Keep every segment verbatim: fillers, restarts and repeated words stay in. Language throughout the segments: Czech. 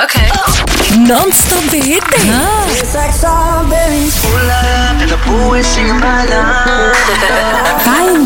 Okay. Non-stop hity. No. Fajn.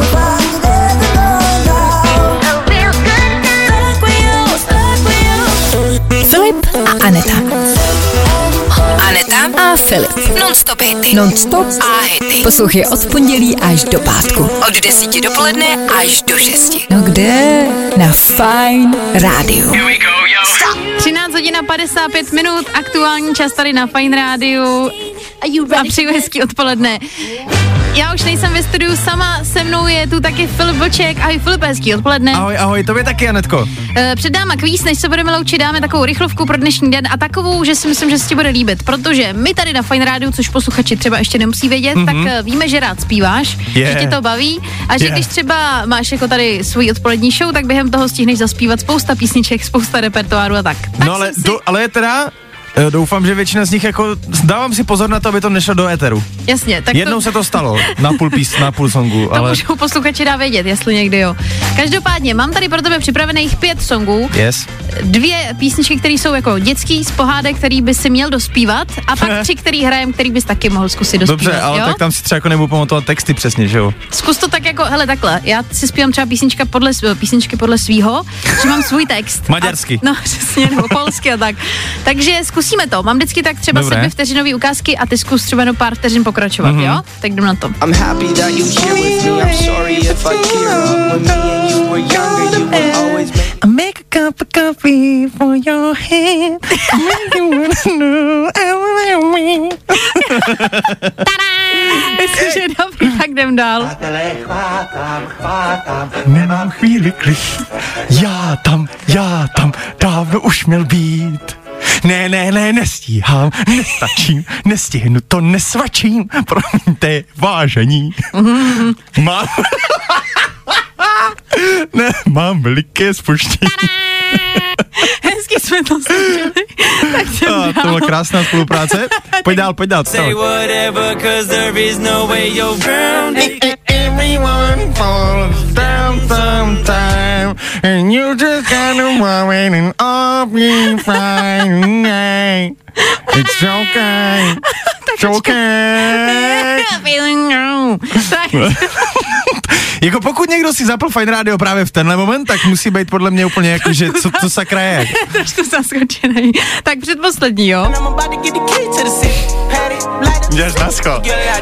Filip a Aneta. Aneta A Filip. Non-stop hity. Non-stop A hity. Poslouchej od pondělí až do pátku. Od desíti dopoledne až do šesti. No kde? Na Fajn rádiu. třináct hodin a padesát pět minut, aktuální čas tady na Fajn rádiu a přeju hezký odpoledne. Já už nejsem ve studiu sama, se mnou je tu taky Filip Vlček. Ahoj Filipe, hezký odpoledne. Ahoj, ahoj, tobě taky, Anetko. E, před náma kvíz, než se budeme loučit, dáme takovou rychlovku pro dnešní den a takovou, že si myslím, že se ti bude líbit, protože my tady na Fajn rádiu, což posluchači třeba ještě nemusí vědět, mm-hmm. tak víme, že rád zpíváš, yeah. že tě to baví a že yeah. když třeba máš jako tady svůj odpolední show, tak během toho stihneš zaspívat spousta písniček, spousta repertoáru a tak. tak no ale, si... do, ale teda... Doufám, že většina z nich jako, dávám si pozor na to, aby to nešlo do éteru. Jasně. Tak Jednou to... se to stalo, na půl pís, na půl songu, to ale... můžou posluchači dá vědět, jestli někdy jo. Každopádně, mám tady pro tebe připravených pět songů. Yes. Dvě písničky, které jsou jako dětský z pohádek, který by si měl dospívat a pak tři, který hrajem, který bys taky mohl zkusit dospívat. Dobře, ale jo? tak tam si třeba jako nebudu pamatovat texty přesně, že jo? Zkus to tak jako, hele takhle, já si zpívám třeba písnička podle, písničky podle svýho, že mám svůj text. Maďarsky. A, no přesně, nebo polsky a tak. Takže zkusíme to, mám vždycky tak třeba sedmi vteřinový ukázky a ty zkus třeba jenom pár vteřin pokračovat, mm-hmm. jo? Tak jdem na to. I'm happy that you here with me. I'm sorry if I tear up. When me and you were younger, you would always make I make a cup of coffee for your head. Make you wanna know everything. Tada! Myslím, že je dobrý, tak jdem dál. Chvátám, chvátám, nemám chvíli klid. Já tam, já tam, dávno už měl být. Ne, ne, ne, nestíhám, nestačím, nestihnu to, nesvačím, promiňte, vážení. Mm-hmm. Mám... ne, mám veliké zpoždění. Hezky jsme to slyšeli. Tak A, to byla krásná spolupráce. Pojď dál, pojď dál. Say whatever, cause there is no way you're ground. Everyone falls down sometime and you just gotta worry and all be fine. It's okay. It's okay. Jako pokud někdo si zapl Fajn rádio právě v tenhle moment, tak musí být podle mě úplně jako, že co to sakra je. Trošku zaskočený. Tak předposlední, jo? Jdeš na scho.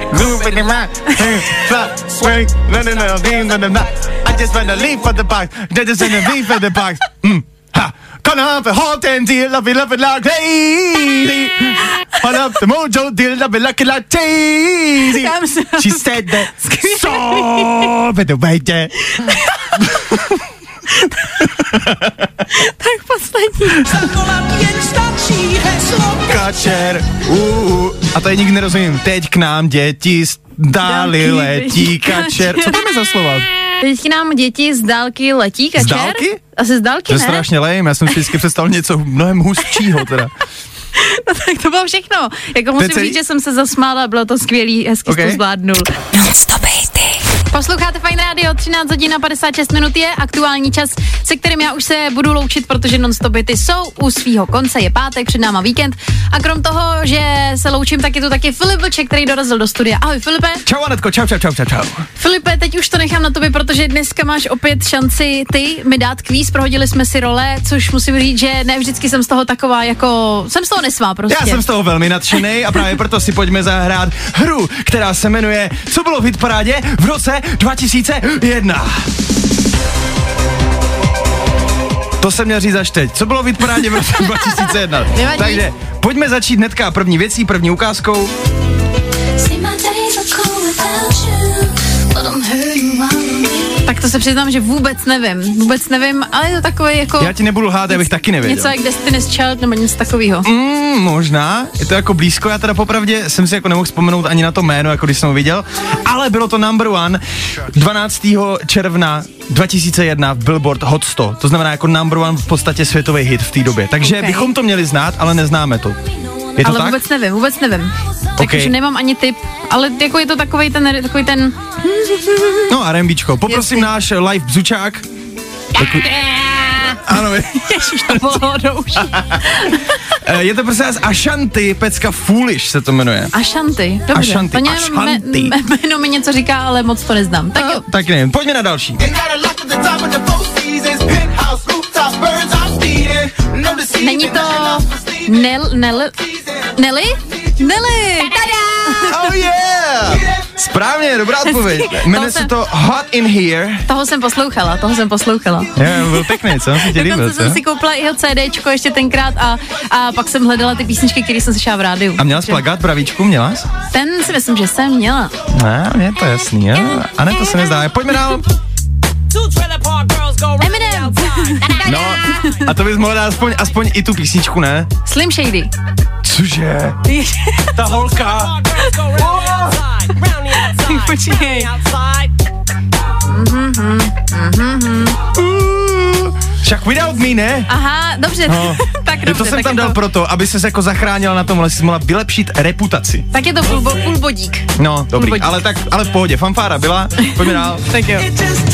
I just wanna leave for the box. I just wanna leave for the box. Mm. Ha. Come up the hot and deal, love it, love it like crazy. Hold up the mojo deal, love it like like crazy. She said that. So, but the way that. Tak poslední. Kačer. Uh, a to je nikdy nerozumím. Teď k nám děti z dálky letí kačer. Co tam je za slova? Teď k nám děti z dálky letí kačer. Z dálky? Asi z dálky, to ne? To je strašně lame, já jsem si vždycky představil něco mnohem hustšího teda. No tak to bylo všechno. Jako musím říct, že jsem se zasmála, bylo to skvělý, hezky okay. to zvládnul. Non-stop hity. Posloucháte Fajn rádio, třináct hodin a padesát šest minut je aktuální čas, se kterým já už se budu loučit, protože non-stop hity jsou u svýho konce, je pátek, před náma víkend a krom toho, že se loučím, tak je tu taky Filip Vlček, který dorazil do studia. Ahoj Filipe. Čau Anetko, čau, čau, čau, čau, čau. Filipe, teď už to nechám na tobě, protože dneska máš opět šanci ty mi dát kvíz, prohodili jsme si role, což musím říct, že ne vždycky jsem z toho taková jako, jsem z toho nesvá prostě. Já jsem z toho velmi nadšenej a právě proto si pojďme zahrát hru, která se jmenuje Co bylo v hitparádě v roce dva tisíce jedna. To jsem měl říct až teď. Co bylo v hitparádě v roce dva tisíce jedna? Takže pojďme začít hnedka první věcí, první ukázkou. Tak to se přiznám, že vůbec nevím. Vůbec nevím, ale je to takové jako... Já ti nebudu lhát, já bych taky nevěděl. Něco jak Destiny's Child nebo něco takového. Mm, možná, je to jako blízko, já teda popravdě jsem si jako nemohl vzpomenout ani na to jméno, jako když jsem ho viděl, ale bylo to number one dvanáctého června dva tisíce jedna v Billboard Hot sto, to znamená jako number one v podstatě světový hit v té době, takže okay. bychom to měli znát, ale neznáme to. Je to ale tak? vůbec nevím, vůbec nevím. Takže okay. nemám ani tip, ale jako je to takovej ten, takový ten... No a R and Bčko, poprosím Jestli. náš live bzučák. Takový... Ano, Ježiš, to bylo do uší. Je to prostě z Ashanti, pecka Foolish se to jmenuje. Ashanti, dobře. Ashanti, to mě, Ashanti. Me, me, jméno mi něco říká, ale moc to neznám. Tak jo. Tak nevím, pojďme na další. Není to Nel, Nel, Nelly? Nelly! Tada! Oh yeah! Správně, dobrá odpověď. Jmenuje se to Hot in Here. Toho jsem poslouchala, toho jsem poslouchala. Je, byl pěkný, co? Se ti líbil, Dokonce co? jsem si koupila jeho CDčko ještě tenkrát a, a pak jsem hledala ty písničky, které jsem slyšela v rádiu. A měla jsi plagát pravíčku, měla jsi? Ten si myslím, že jsem měla. Ne, je to jasný, jo? A ne, to se nezdá. Pojďme dál. Eminem. No, a to bys mohla dát aspoň, aspoň i tu písničku, ne? Slim Shady. Cože? Ta holka. Počkej. Však Without Me, ne? Aha, dobře, No. tak dobře. To jsem tak tam je dal to, proto, aby ses jako zachránila na tom, ale jsi mohla vylepšit reputaci. tak je to půl, bo- půl bodík. No, dobrý, Bodík. ale tak, ale v pohodě, fanfára byla, pojďme dál. Tak jo.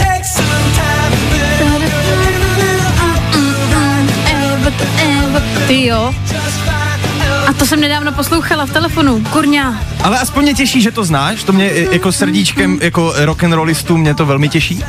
Ty jo. A to jsem nedávno poslouchala v telefonu, kurňa. Ale aspoň mě těší, že to znáš, to mě e, jako srdíčkem, jako rock'n'rollistů mě to velmi těší.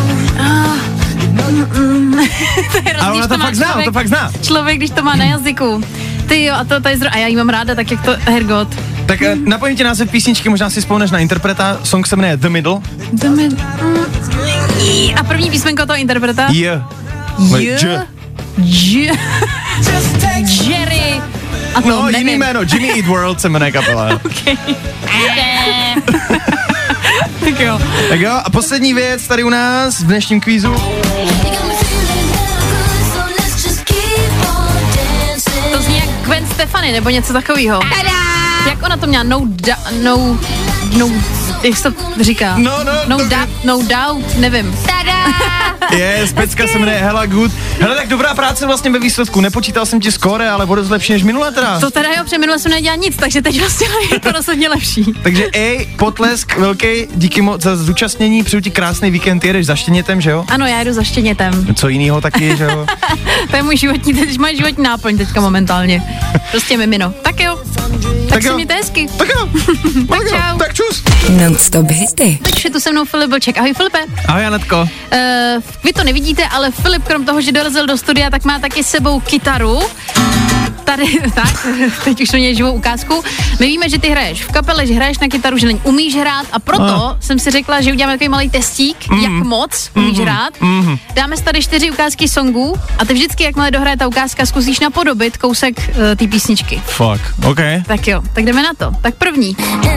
To je Ale ona to má fakt zná, ona to fakt zná. Člověk, když to má na jazyku. Ty jo, a to tady zrovna, a já jí mám ráda, tak jak to, hergot. Tak e, napojím ti název písničky, možná si vzpomeneš na interpreta, song se jmenuje The Middle. The Mid- mm. A první písmenko toho interpreta? Je. J. J. Jerry. A to No, nevím. jiný jméno, Jimmy Eat World se jmenuje kapela. Okay. Tak jo. Tak jo, a poslední věc tady u nás v dnešním kvízu. To zní jak Gwen Stefani, nebo něco takového. Jak ona to měla? No, da, no, no, jak se to říká? No, no, no, to da, no doubt, nevím. Tada! Je, pecka se jmenuje Hella Good. Hele, tak dobrá práce vlastně ve výsledku. Nepočítal jsem ti skóre, ale bude lepší než minule teda. To teda jo, přeminule jsem nedělal nic, takže teď vlastně je to rozhodně lepší. Takže ej, potlesk velký, díky moc za zúčastnění, přeju ti krásný víkend, jedeš za Štěnětem, že jo? Ano, já jdu za Štěnětem. Co jinýho taky, že jo? To je můj životní, teď máš životní náplň teďka momentálně. Prostě mimino. Tak jo. Tak, Tak si jo. mějte hezky. Tak jo, tak jo, čau. tak čus. Non-stop hity. Teď je tu se mnou Filip Vlček. Ahoj Filipe. Ahoj Janetko. Uh, vy to nevidíte, ale Filip krom toho, že dorazil do studia, tak má taky s sebou kytaru. Tady, tak, teď už to měl živou ukázku. My víme, že ty hraješ v kapele, že hraješ na kytaru, že na ní umíš hrát a proto Ah. jsem si řekla, že uděláme takový malý testík, mm. jak moc umíš mm. hrát. Mm. Dáme si tady čtyři ukázky songů a ty vždycky, jakmile dohraje ta ukázka, zkusíš napodobit kousek uh, té písničky. Fuck, OK. Tak jo, tak jdeme na to. Tak první.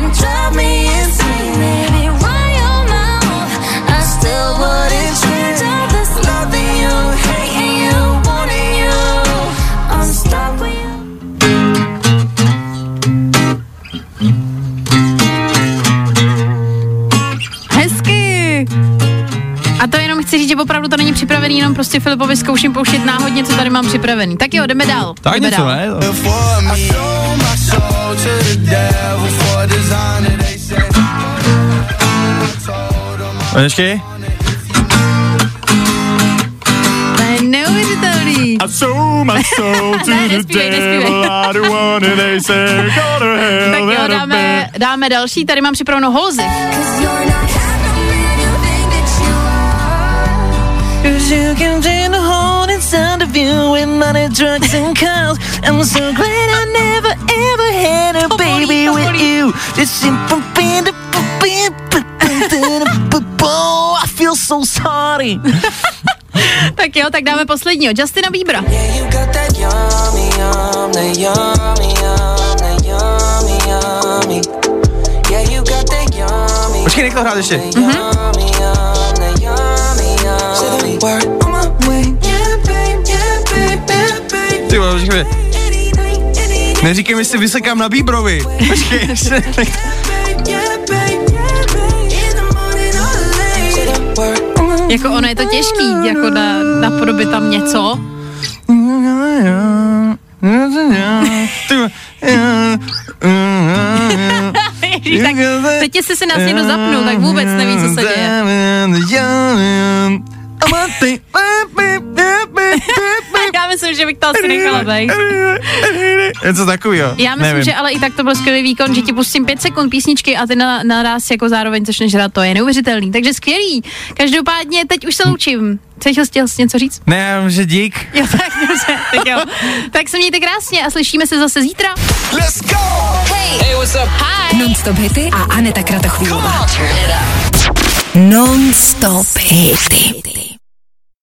Hezky! A to jenom chci říct, že opravdu to není připravený, jenom prostě Filipovi zkouším pouštět náhodně, co tady mám připravený. Tak jo, jdeme dál. Tak jdeme něco, dál. ne? Počkej. To je neuvěřitelný. I sold my soul to Ne, the nespívej, devil, nespívej. I don't want it, they say, go to hell, Tak jo, let 'em dáme, be. dáme další, tady mám připravenou Holzy. You can feel the whole inside of you with money, drugs and cars. I'm so glad I never ever had a baby with you. This I feel so sorry. Tak jo, tak dáme posledního, Justina Biebera. Yeah, you got that yummy, yum, that yummy, yum, that yummy, yummy. Yeah, you got that yummy. Počkej, nech to hrát ještě. Yummy, yum, that yummy, yummy. Word on my way. Yeah, babe, yeah, babe, yeah, babe. Ty vole, počkej. Neříkej mi, si vysekám na Bíbrovi. Počkej, ještě nech to. Jako ono je to těžký, jako na, napodobit tam něco. Ty vole. Ježíš, tak teď jestli si nás někdo zapnul, tak vůbec neví, co se děje. myslím, že bych to asi nechala být. Něco takovýho. Já myslím, nevím. že ale i tak to byl skvělý výkon, že ti pustím pět sekund písničky a ty na, naraz jako zároveň začneš hrát, to je neuvěřitelný. Takže skvělý. Každopádně teď už se loučím. Chceš chtěl jsi něco říct? Ne, já vím, že dík. Jo, tak dobře, tak jo. Tak se mějte krásně a slyšíme se zase zítra. Let's go! Hey, Hey, what's up? Hi. Non-stop hity a Aneta Kratochvílová. Non-stop hity.